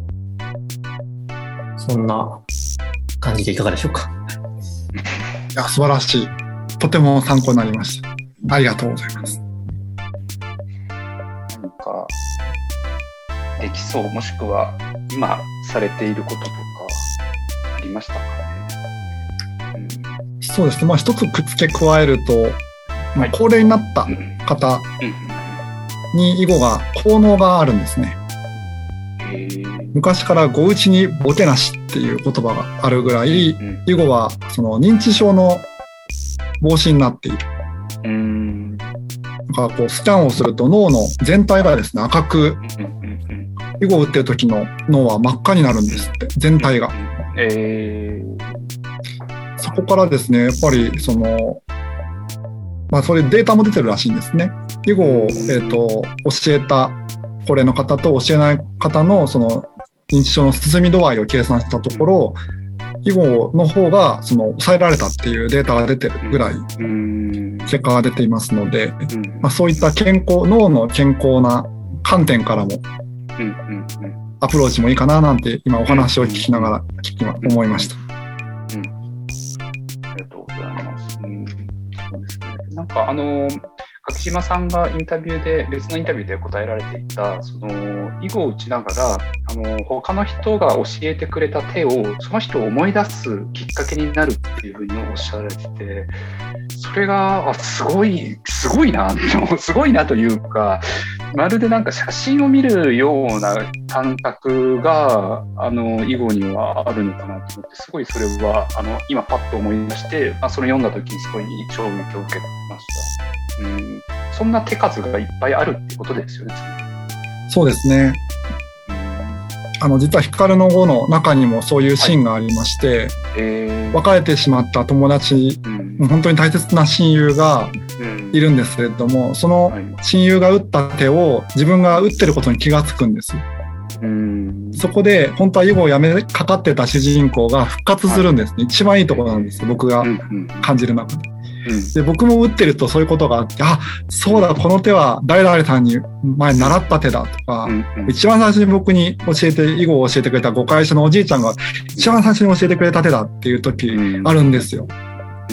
そんな感じでいかがでしょうか。 いや、素晴らしい。とても参考になりました。ありがとうございます。 何かできそう、もしくは今されていることとかありましたかね。うん、 そうですね。まあ一つくっつけ加えると、まあ、高齢になった方に囲碁が効能があるんですね。昔から碁打ちにボケなしっていう言葉があるぐらい、囲碁はその認知症の防止になっている。うん、だからこうスキャンをすると脳の全体がですね、赤く、囲碁を打ってる時の脳は真っ赤になるんですって、全体が。えー、そこからですね、やっぱりその、まあ、それデータも出てるらしいんですね。囲碁を、えーと、教えた高齢の方と教えない方のその認知症の進み度合いを計算したところ、囲碁の方がその抑えられたっていうデータが出てるぐらい結果が出ていますので、まあ、そういった健康、脳の健康な観点からもアプローチもいいかななんて今お話を聞きながら聞き思いました。 うん、ありがとうございます。うん、そうですね。なんかあの柿島さんがインタビューで別のインタビューで答えられていたその囲碁を打ちながらあの他の人が教えてくれた手をその人を思い出すきっかけになるっていうふうにおっしゃられてて、それがあすごいすごいなすごいなというか、まるでなんか写真を見るような感覚があの囲碁にはあるのかなと思って、すごいそれはあの今パッと思い出して、まあ、それ読んだ時にすごい衝撃を受けました。うん、そんな手数がいっぱいあるってことですよね。 そうですね。あの実は光の碁の中にもそういうシーンがありまして、はいえー、別れてしまった友達、うん、本当に大切な親友がいるんですけれども、うん、その親友が打った手を自分が打ってることに気がつくんですよ。うん、そこで本当は囲碁をやめかかってた主人公が復活するんですね、はい、一番いいところなんですよ、僕が感じる中で。うん、で僕も打ってるとそういうことがあって、あ、そうだ、この手は誰々さんに前習った手だとか、うんうん、一番最初に僕に教えて囲碁を教えてくれた碁会所のおじいちゃんが一番最初に教えてくれた手だっていう時あるんですよ。うん、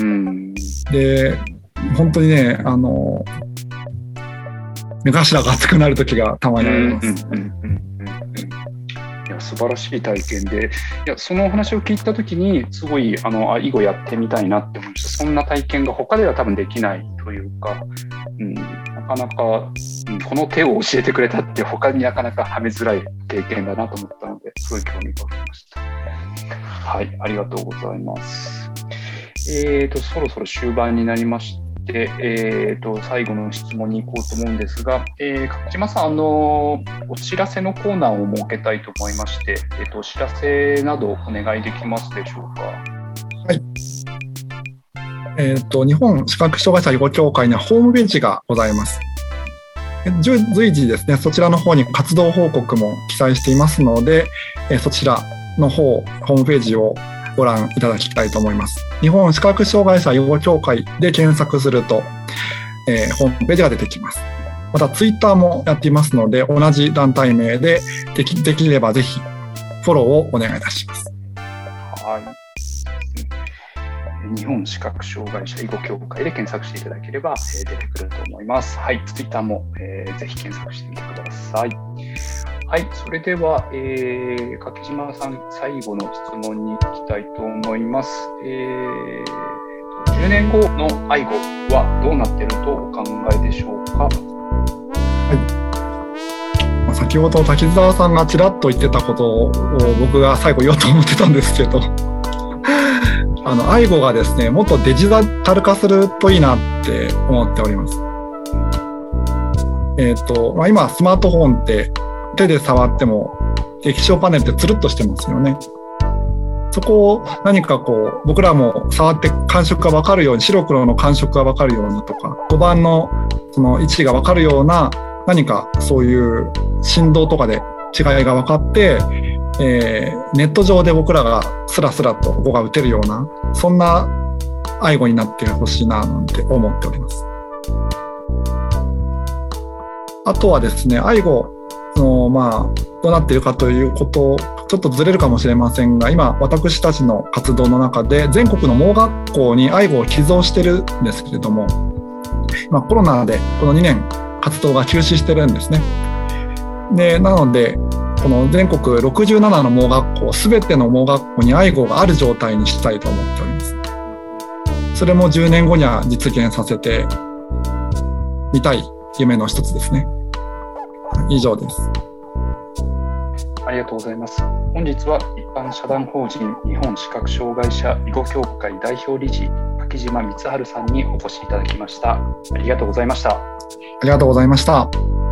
で本当にね、あの目頭が熱くなる時がたまにあります。うんうんうんうん、 いや素晴らしい体験で、いやそのお話を聞いたときにすごいあのあ囲碁やってみたいなって思いました。そんな体験が他では多分できないというか、うん、なかなか、うん、この手を教えてくれたって他になかなかはめづらい経験だなと思ったので、すごい興味がありました。はい、ありがとうございます。えーとそろそろ終盤になりましてでえー、と最後の質問に行こうと思うんですが、えー、柿島さん、あのお知らせのコーナーを設けたいと思いまして、えー、とお知らせなどお願いできますでしょうか。 はい、えー、と日本視覚障害者囲碁協会にはホームページがございます。随時ですね、そちらの方に活動報告も記載していますので、えー、そちらの方ホームページをご覧いただきたいと思います。日本視覚障害者囲碁協会で検索すると、えー、ホームページが出てきます。またツイッターもやっていますので、同じ団体名でで き, できればぜひフォローをお願いいたします。 はい。日本視覚障害者囲碁協会で検索していただければ、えー、出てくると思います。はい。ツイッターも、えー、ぜひ検索してみてください。はい、それでは、えー、柿島さん、最後の質問に行きたいと思います。えー、じゅうねんごのアイゴはどうなっているとお考えでしょうか。 はい、先ほど滝沢さんがちらっと言ってたことを僕が最後言おうと思ってたんですけど、あのアイゴがですね、もっとデジタル化するといいなって思っております。えっと、まあ、今スマートフォンって手で触っても液晶パネルってつるっとしてますよね。 そこを何かこう僕らも触って感触が分かるように、白黒の感触が分かるようにとか、ごばんのその位置が分かるような何かそういう振動とかで違いが分かって、えー、ネット上で僕らがスラスラと語が打てるような、そんな愛語になってほしいななんて思っております。あとはですね、愛語のまあどうなっているかということちょっとずれるかもしれませんが、今私たちの活動の中で全国の盲学校に愛語を寄贈してるんですけれども、まあ、コロナでこのにねん活動が休止してるんですね。でなのでこの全国ろくじゅうななの盲学校すべての盲学校に愛語がある状態にしたいと思っております。それもじゅうねんごには実現させてみたい夢の一つですね。以上です。 ありがとうございます。本日は一般社団法人日本視覚障害者囲碁協会代表理事柿島光晴さんにお越しいただきました。ありがとうございました。 ありがとうございました。